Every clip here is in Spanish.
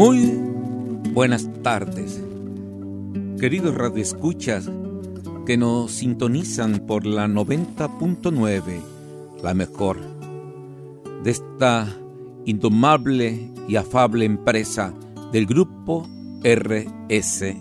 Muy buenas tardes, queridos radioescuchas que nos sintonizan por la 90.9, la mejor de esta indomable y afable empresa del grupo RSN.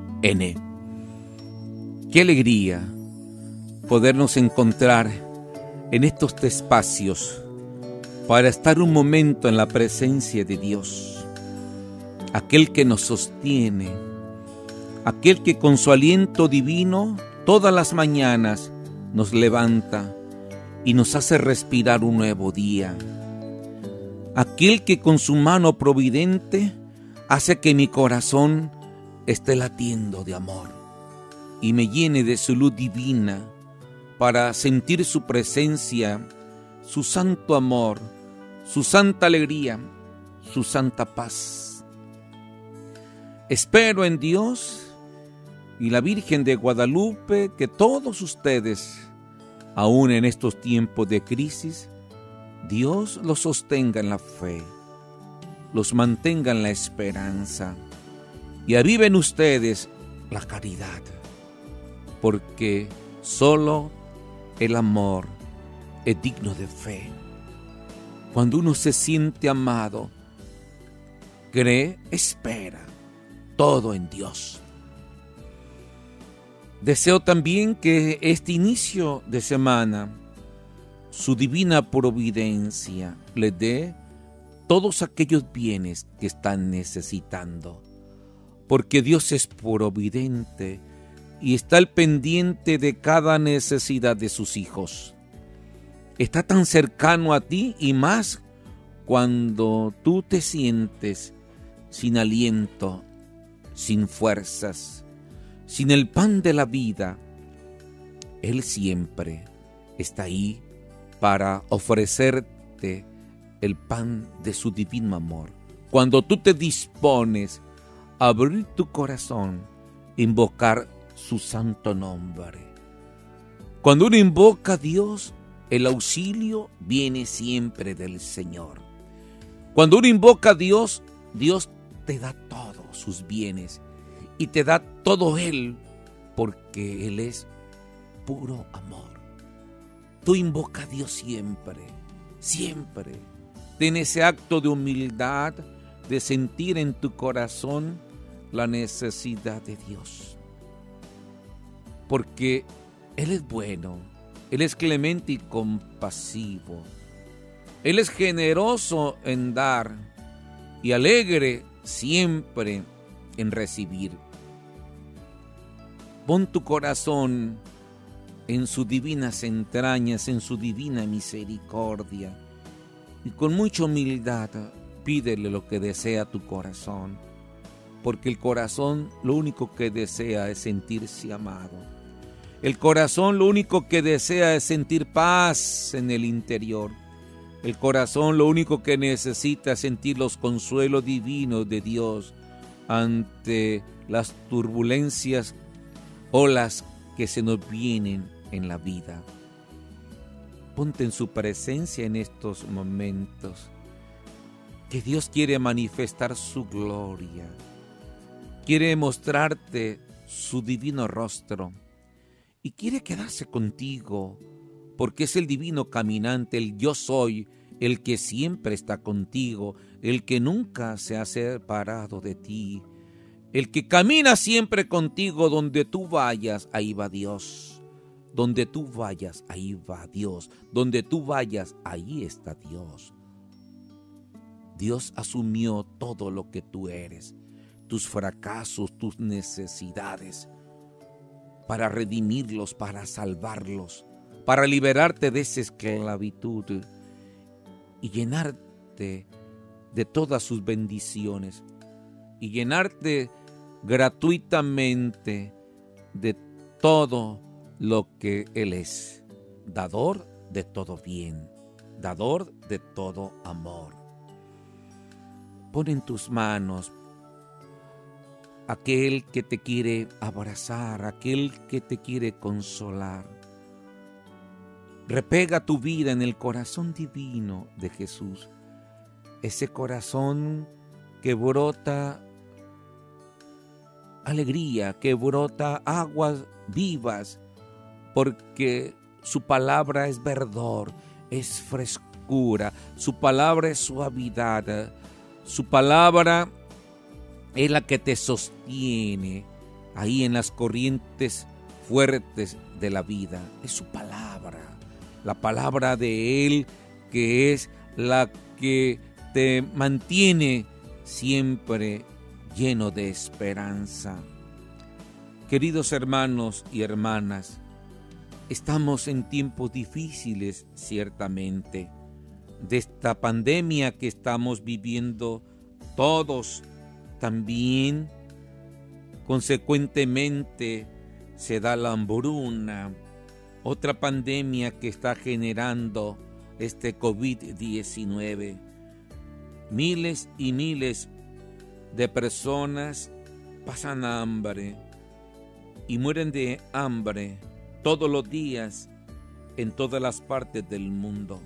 Qué alegría podernos encontrar en estos espacios para estar un momento en la presencia de Dios, aquel que nos sostiene, aquel que con su aliento divino todas las mañanas nos levanta y nos hace respirar un nuevo día, aquel que con su mano providente hace que mi corazón esté latiendo de amor y me llene de su luz divina para sentir su presencia, su santo amor, su santa alegría, su santa paz. Espero en Dios y la Virgen de Guadalupe que todos ustedes, aún en estos tiempos de crisis, Dios los sostenga en la fe, los mantenga en la esperanza y aviven ustedes la caridad, porque solo el amor es digno de fe. Cuando uno se siente amado, cree, espera, todo en Dios. Deseo también que este inicio de semana, su divina providencia les dé todos aquellos bienes que están necesitando, porque Dios es providente y está al pendiente de cada necesidad de sus hijos. Está tan cercano a ti y más cuando tú te sientes sin aliento, sin fuerzas, sin el pan de la vida. Él siempre está ahí para ofrecerte el pan de su divino amor. Cuando tú te dispones a abrir tu corazón, invocar su santo nombre. Cuando uno invoca a Dios, el auxilio viene siempre del Señor. Cuando uno invoca a Dios, Dios te da todos sus bienes y te da todo Él, porque Él es puro amor. Tú invoca a Dios siempre, siempre. Ten ese acto de humildad, de sentir en tu corazón la necesidad de Dios. Porque Él es bueno. Él es clemente y compasivo. Él es generoso en dar y alegre siempre en recibir. Pon tu corazón en sus divinas entrañas, en su divina misericordia, y con mucha humildad pídele lo que desea tu corazón, porque el corazón lo único que desea es sentirse amado. El corazón lo único que desea es sentir paz en el interior. El corazón lo único que necesita es sentir los consuelos divinos de Dios ante las turbulencias, olas que se nos vienen en la vida. Ponte en su presencia en estos momentos, que Dios quiere manifestar su gloria, quiere mostrarte su divino rostro y quiere quedarse contigo, porque es el divino caminante, el yo soy, el que siempre está contigo, el que nunca se ha separado de ti, el que camina siempre contigo. Donde tú vayas, ahí va Dios. Donde tú vayas, ahí va Dios. Donde tú vayas, ahí está Dios. Dios asumió todo lo que tú eres, tus fracasos, tus necesidades, para redimirlos, para salvarlos, para liberarte de esa esclavitud y llenarte de todas sus bendiciones y llenarte gratuitamente de todo lo que Él es, dador de todo bien, dador de todo amor. Pon en tus manos aquel que te quiere abrazar, aquel que te quiere consolar. Repega tu vida en el corazón divino de Jesús, ese corazón que brota alegría, que brota aguas vivas, porque su palabra es verdor, es frescura, su palabra es suavidad, su palabra es la que te sostiene ahí en las corrientes fuertes de la vida. Es su palabra, la palabra de Él, que es la que te mantiene siempre lleno de esperanza. Queridos hermanos y hermanas, estamos en tiempos difíciles, ciertamente, de esta pandemia que estamos viviendo todos. También, consecuentemente, se da la hambruna, otra pandemia que está generando este COVID-19. Miles y miles de personas pasan hambre y mueren de hambre todos los días en todas las partes del mundo.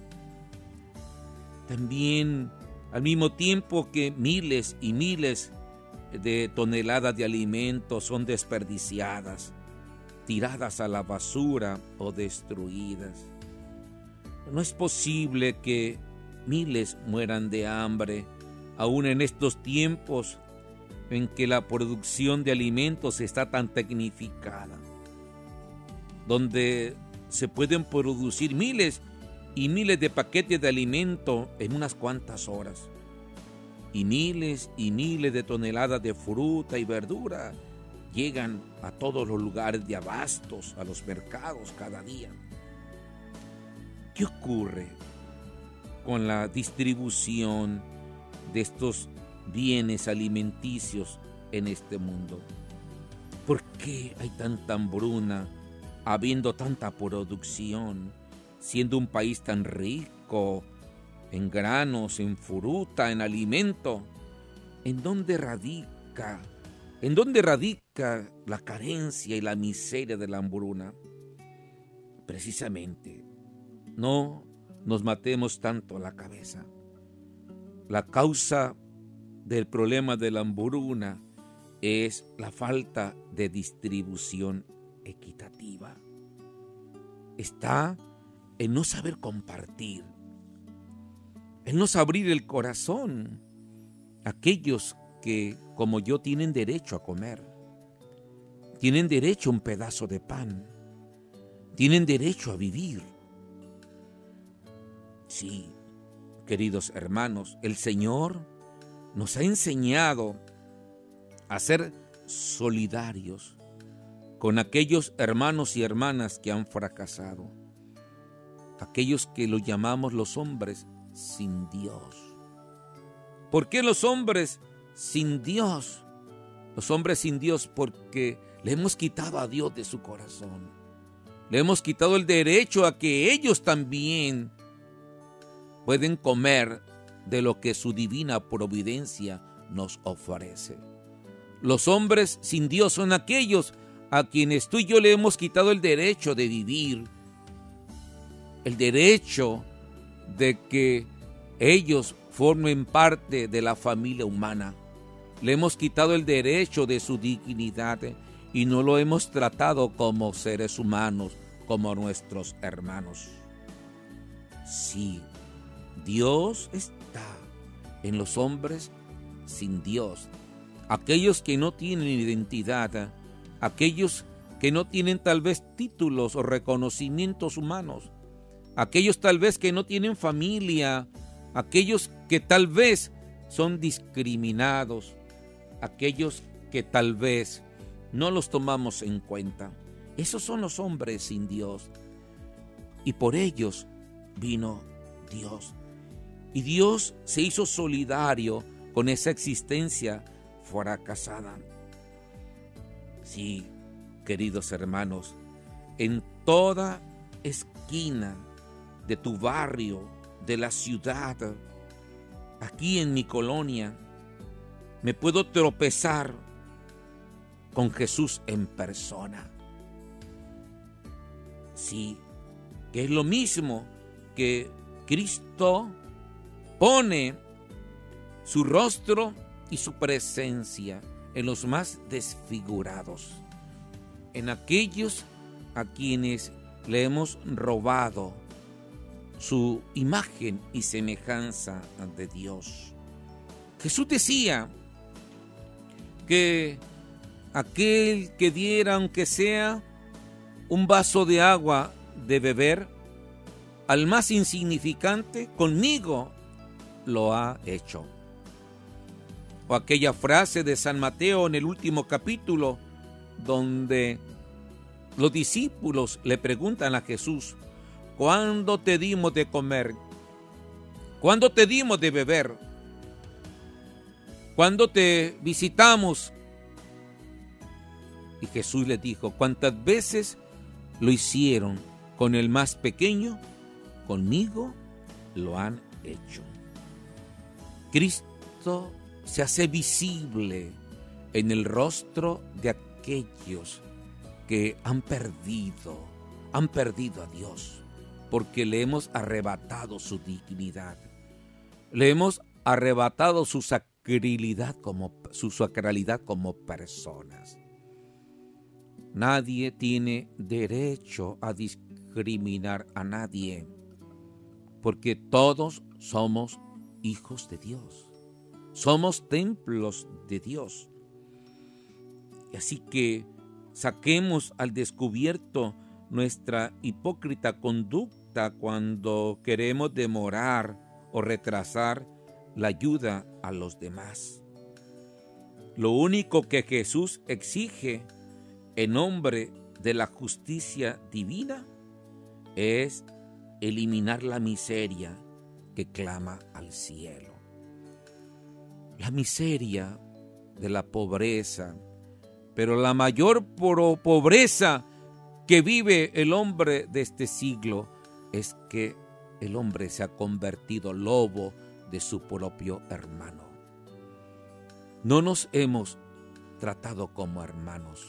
También, al mismo tiempo que miles y miles de toneladas de alimentos son desperdiciadas, tiradas a la basura o destruidas. No es posible que miles mueran de hambre, aún en estos tiempos en que la producción de alimentos está tan tecnificada, donde se pueden producir miles y miles de paquetes de alimento en unas cuantas horas, y miles de toneladas de fruta y verdura llegan a todos los lugares de abastos, a los mercados cada día. ¿Qué ocurre con la distribución de estos bienes alimenticios en este mundo? ¿Por qué hay tanta hambruna, habiendo tanta producción, siendo un país tan rico en granos, en fruta, en alimento? ¿En dónde radica la carencia y la miseria de la hambruna? Precisamente, no nos matemos tanto la cabeza. La causa del problema de la hambruna es la falta de distribución equitativa. Está en no saber compartir, en no abrir el corazón a aquellos que, como yo, tienen derecho a comer, tienen derecho a un pedazo de pan, tienen derecho a vivir. Sí, queridos hermanos, el Señor nos ha enseñado a ser solidarios con aquellos hermanos y hermanas que han fracasado, aquellos que lo llamamos los hombres sin Dios. ¿Por qué los hombres sin Dios? Los hombres sin Dios porque le hemos quitado a Dios de su corazón. Le hemos quitado el derecho a que ellos también pueden comer de lo que su divina providencia nos ofrece. Los hombres sin Dios son aquellos a quienes tú y yo le hemos quitado el derecho de vivir, el derecho de que ellos formen parte de la familia humana. Le hemos quitado el derecho de su dignidad y no lo hemos tratado como seres humanos, como nuestros hermanos. Sí, Dios está en los hombres sin Dios, aquellos que no tienen identidad, aquellos que no tienen tal vez títulos o reconocimientos humanos, aquellos tal vez que no tienen familia, aquellos que tal vez son discriminados, aquellos que tal vez no los tomamos en cuenta. Esos son los hombres sin Dios. Y por ellos vino Dios. Y Dios se hizo solidario con esa existencia fracasada. Sí, queridos hermanos, en toda esquina de tu barrio, de la ciudad, aquí en mi colonia, me puedo tropezar con Jesús en persona. Sí, que es lo mismo que Cristo pone su rostro y su presencia en los más desfigurados, en aquellos a quienes le hemos robado su imagen y semejanza de Dios. Jesús decía que aquel que diera, aunque sea un vaso de agua de beber, al más insignificante, conmigo lo ha hecho. O aquella frase de San Mateo en el último capítulo, donde los discípulos le preguntan a Jesús: ¿cuándo te dimos de comer? ¿Cuándo te dimos de beber? ¿Cuándo te visitamos? Y Jesús les dijo: ¿cuántas veces lo hicieron con el más pequeño? Conmigo lo han hecho. Cristo se hace visible en el rostro de aquellos que han perdido a Dios, porque le hemos arrebatado su dignidad, le hemos arrebatado su sacralidad como personas. Nadie tiene derecho a discriminar a nadie, porque todos somos hijos de Dios, somos templos de Dios. Así que saquemos al descubierto nuestra hipócrita conducta cuando queremos demorar o retrasar la ayuda a los demás. Lo único que Jesús exige en nombre de la justicia divina es eliminar la miseria que clama al cielo. La miseria de la pobreza, pero la mayor pobreza que vive el hombre de este siglo es que el hombre se ha convertido lobo de su propio hermano. No nos hemos tratado como hermanos.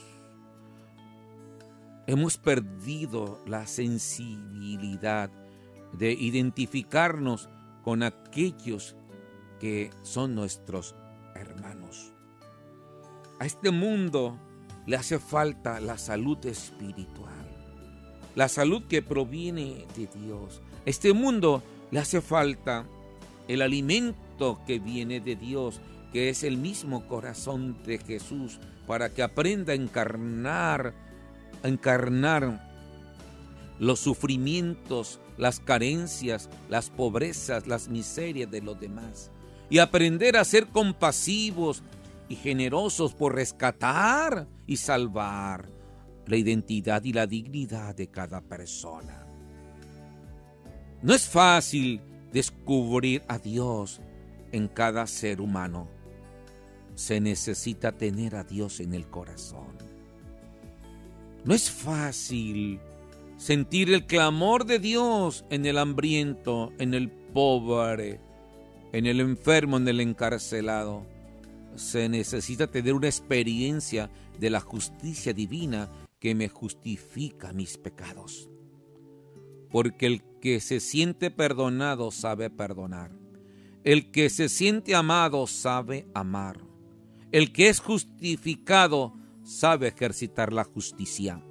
Hemos perdido la sensibilidad de identificarnos con aquellos que son nuestros hermanos. A este mundo le hace falta la salud espiritual, la salud que proviene de Dios. A este mundo le hace falta el alimento que viene de Dios, que es el mismo corazón de Jesús, para que aprenda a encarnar los sufrimientos, las carencias, las pobrezas, las miserias de los demás, y aprender a ser compasivos y generosos por rescatar y salvar la identidad y la dignidad de cada persona. No es fácil descubrir a Dios en cada ser humano. Se necesita tener a Dios en el corazón. No es fácil sentir el clamor de Dios en el hambriento, en el pobre, en el enfermo, en el encarcelado. Se necesita tener una experiencia de la justicia divina que me justifica mis pecados. Porque el que se siente perdonado sabe perdonar. El que se siente amado sabe amar. El que es justificado sabe ejercitar la justicia.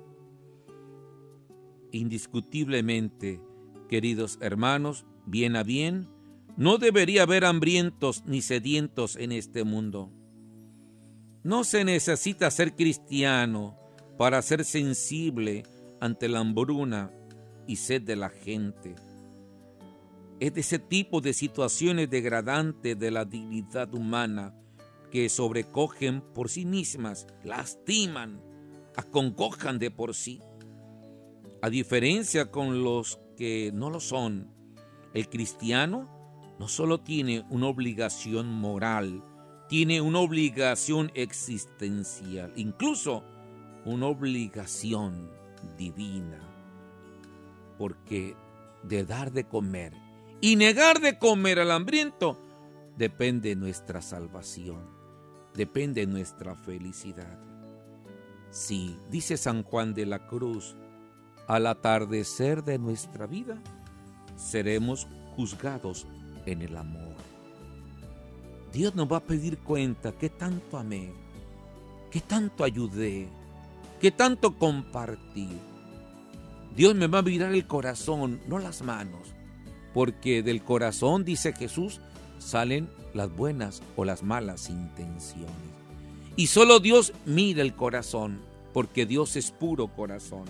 Indiscutiblemente, queridos hermanos, bien a bien, no debería haber hambrientos ni sedientos en este mundo. No se necesita ser cristiano para ser sensible ante la hambruna y sed de la gente. Es de ese tipo de situaciones degradantes de la dignidad humana que sobrecogen por sí mismas, lastiman, acongojan de por sí. A diferencia con los que no lo son, el cristiano no solo tiene una obligación moral, tiene una obligación existencial, incluso una obligación divina, porque de dar de comer y negar de comer al hambriento depende nuestra salvación, depende nuestra felicidad. Sí, dice San Juan de la Cruz, al atardecer de nuestra vida seremos juzgados en el amor. Dios nos va a pedir cuenta qué tanto amé, qué tanto ayudé, qué tanto compartí. Dios me va a mirar el corazón, no las manos, porque del corazón, dice Jesús, salen las buenas o las malas intenciones. Y solo Dios mira el corazón, porque Dios es puro corazón.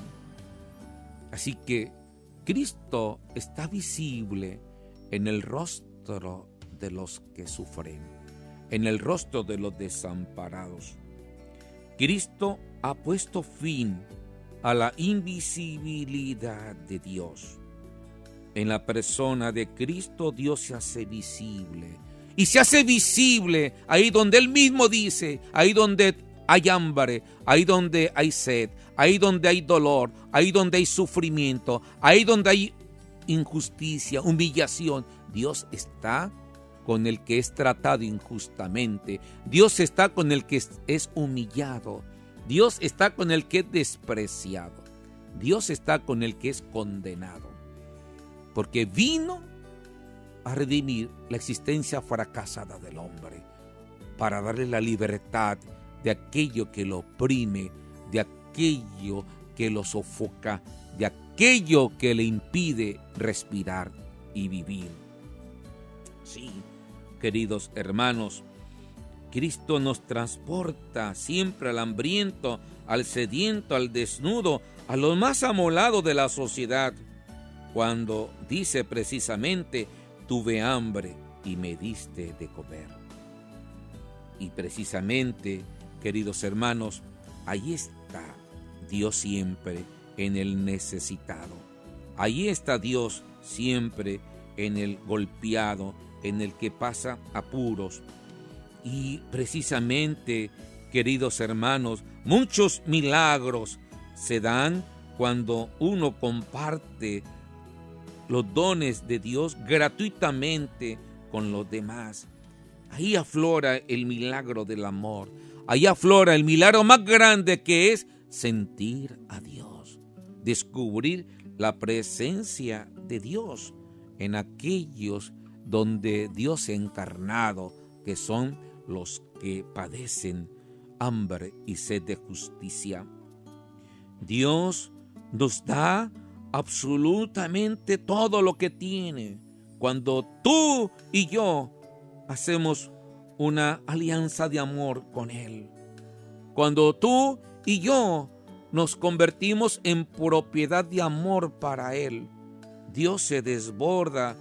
Así que Cristo está visible en el rostro de los que sufren, en el rostro de los desamparados. Cristo ha puesto fin a la invisibilidad de Dios. En la persona de Cristo, Dios se hace visible. Y se hace visible ahí donde Él mismo dice, ahí donde hay hambre, ahí donde hay sed, ahí donde hay dolor, ahí donde hay sufrimiento, ahí donde hay injusticia, humillación. Dios está con el que es tratado injustamente. Dios está con el que es humillado. Dios está con el que es despreciado. Dios está con el que es condenado. Porque vino a redimir la existencia fracasada del hombre, para darle la libertad de aquello que lo oprime, de aquello que lo sofoca, de aquello que le impide respirar y vivir. Sí, queridos hermanos, Cristo nos transporta siempre al hambriento, al sediento, al desnudo, a los más amolados de la sociedad, cuando dice precisamente: tuve hambre y me diste de comer. Y precisamente, queridos hermanos, ahí está Dios siempre en el necesitado. Ahí está Dios siempre en el golpeado, en el que pasa apuros. Y precisamente, queridos hermanos, muchos milagros se dan cuando uno comparte los dones de Dios gratuitamente con los demás. Ahí aflora el milagro del amor. Ahí aflora el milagro más grande, que es sentir a Dios, descubrir la presencia de Dios en aquellos donde Dios encarnado, que son los que padecen hambre y sed de justicia. Dios nos da absolutamente todo lo que tiene cuando tú y yo hacemos una alianza de amor con Él. Cuando tú y yo nos convertimos en propiedad de amor para Él, Dios se desborda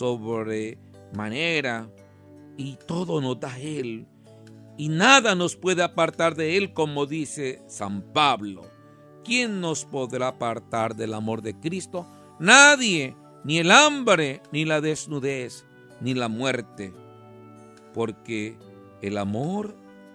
sobremanera y todo nos da Él. Y nada nos puede apartar de Él, como dice San Pablo. ¿Quién nos podrá apartar del amor de Cristo? Nadie, ni el hambre, ni la desnudez, ni la muerte. Porque el amor,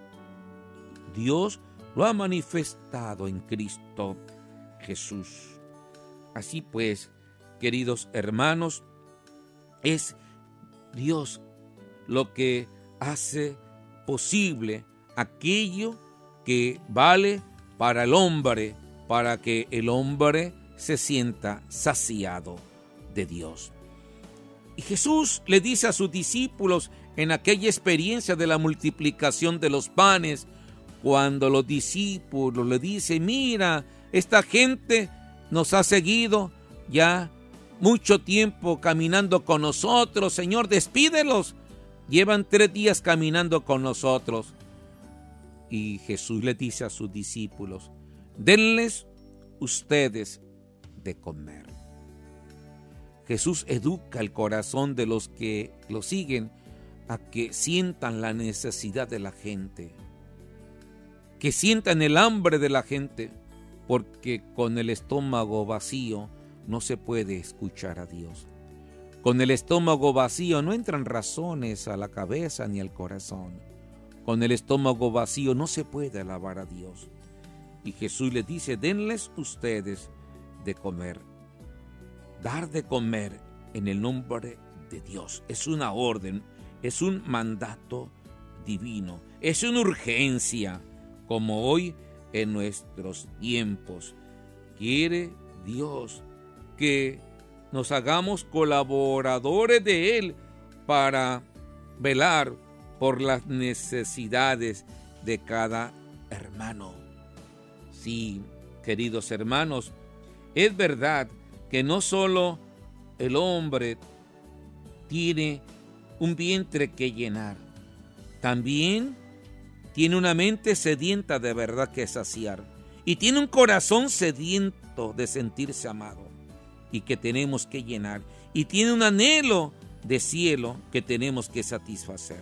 Dios lo ha manifestado en Cristo Jesús. Así pues, queridos hermanos, es Dios lo que hace posible aquello que vale para el hombre, para que el hombre se sienta saciado de Dios. Y Jesús le dice a sus discípulos en aquella experiencia de la multiplicación de los panes, cuando los discípulos le dicen: mira, esta gente nos ha seguido ya mucho tiempo caminando con nosotros, Señor, despídelos. Llevan 3 días caminando con nosotros. Y Jesús le dice a sus discípulos: denles ustedes de comer. Jesús educa el corazón de los que lo siguen a que sientan la necesidad de la gente, que sientan el hambre de la gente, porque con el estómago vacío no se puede escuchar a Dios. Con el estómago vacío no entran razones a la cabeza ni al corazón. Con el estómago vacío no se puede alabar a Dios. Y Jesús les dice: denles ustedes de comer. Dar de comer en el nombre de Dios es una orden, es un mandato divino, es una urgencia, como hoy en nuestros tiempos. Quiere Dios que nos hagamos colaboradores de Él para velar por las necesidades de cada hermano. Sí, queridos hermanos, es verdad que no solo el hombre tiene un vientre que llenar, también tiene una mente sedienta de verdad que saciar, y tiene un corazón sediento de sentirse amado y que tenemos que llenar, y tiene un anhelo de cielo que tenemos que satisfacer.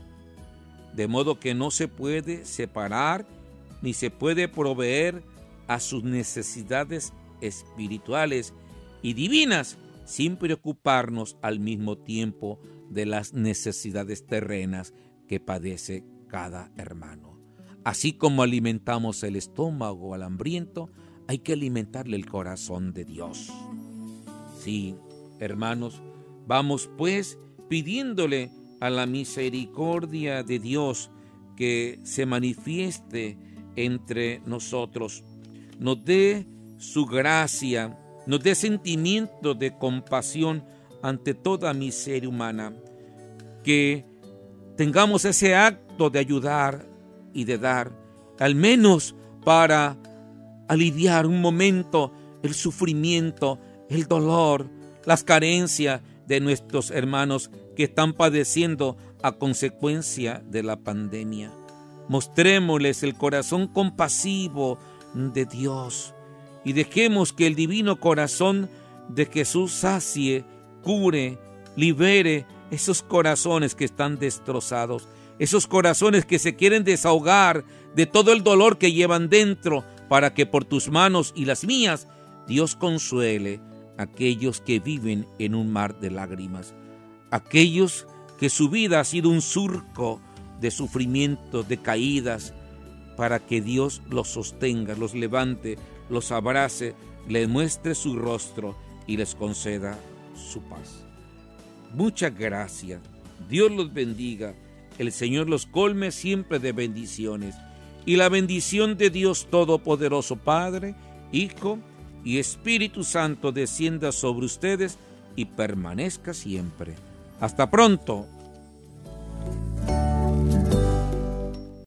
De modo que no se puede separar ni se puede proveer a sus necesidades espirituales y divinas sin preocuparnos al mismo tiempo de las necesidades terrenas que padece cada hermano. Así como alimentamos el estómago al hambriento, hay que alimentarle el corazón de Dios. Sí, hermanos, vamos pues pidiéndole a la misericordia de Dios que se manifieste entre nosotros, nos dé su gracia, nos dé sentimiento de compasión ante toda miseria humana, que tengamos ese acto de ayudar y de dar, al menos para aliviar un momento el sufrimiento, el dolor, las carencias de nuestros hermanos que están padeciendo a consecuencia de la pandemia. Mostrémosles el corazón compasivo de Dios y dejemos que el divino corazón de Jesús sacie, cure, libere esos corazones que están destrozados, esos corazones que se quieren desahogar de todo el dolor que llevan dentro, para que por tus manos y las mías Dios consuele a aquellos que viven en un mar de lágrimas, aquellos que su vida ha sido un surco de sufrimiento, de caídas, para que Dios los sostenga, los levante, los abrace, les muestre su rostro y les conceda su paz. Muchas gracias. Dios los bendiga. El Señor los colme siempre de bendiciones. Y la bendición de Dios Todopoderoso, Padre, Hijo y Espíritu Santo descienda sobre ustedes y permanezca siempre. Hasta pronto.